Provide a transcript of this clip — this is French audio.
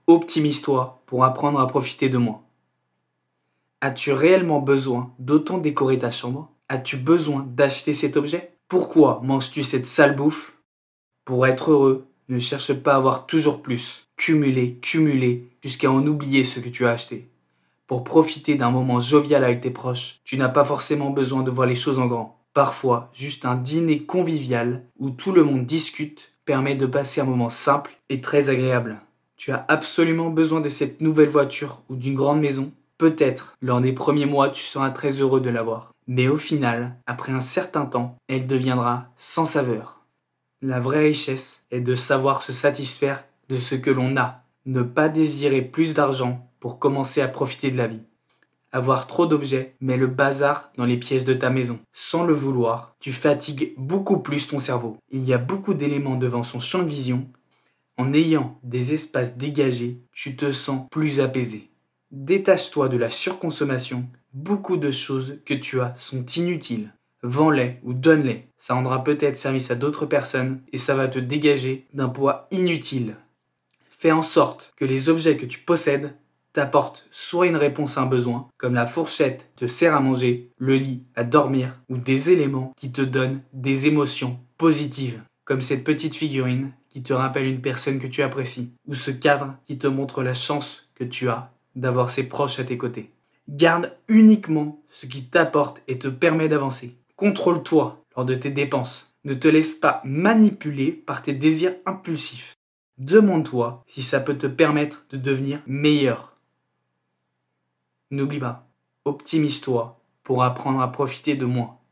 Optimise-toi pour apprendre à profiter de moi. As-tu réellement besoin d'autant décorer ta chambre? As-tu besoin d'acheter cet objet? Pourquoi manges-tu cette sale bouffe? Pour être heureux, ne cherche pas à avoir toujours plus. Cumuler, jusqu'à en oublier ce que tu as acheté. Pour profiter d'un moment jovial avec tes proches, tu n'as pas forcément besoin de voir les choses en grand. Parfois, juste un dîner convivial où tout le monde discute permet de passer un moment simple et très agréable. Tu as absolument besoin de cette nouvelle voiture ou d'une grande maison. Peut-être, lors des premiers mois, tu seras très heureux de l'avoir. Mais au final, après un certain temps, elle deviendra sans saveur. La vraie richesse est de savoir se satisfaire de ce que l'on a. Ne pas désirer plus d'argent pour commencer à profiter de la vie. Avoir trop d'objets met le bazar dans les pièces de ta maison. Sans le vouloir, tu fatigues beaucoup plus ton cerveau. Il y a beaucoup d'éléments devant son champ de vision. En ayant des espaces dégagés, tu te sens plus apaisé. Détache-toi de la surconsommation. Beaucoup de choses que tu as sont inutiles. Vends-les ou donne-les. Ça rendra peut-être service à d'autres personnes et ça va te dégager d'un poids inutile. Fais en sorte que les objets que tu possèdes t'apportent soit une réponse à un besoin, comme la fourchette te sert à manger, le lit à dormir, ou des éléments qui te donnent des émotions positives, comme cette petite figurine qui te rappelle une personne que tu apprécies, ou ce cadre qui te montre la chance que tu as d'avoir ses proches à tes côtés. Garde uniquement ce qui t'apporte et te permet d'avancer. Contrôle-toi lors de tes dépenses. Ne te laisse pas manipuler par tes désirs impulsifs. Demande-toi si ça peut te permettre de devenir meilleur. N'oublie pas, optimise-toi pour apprendre à profiter de moi.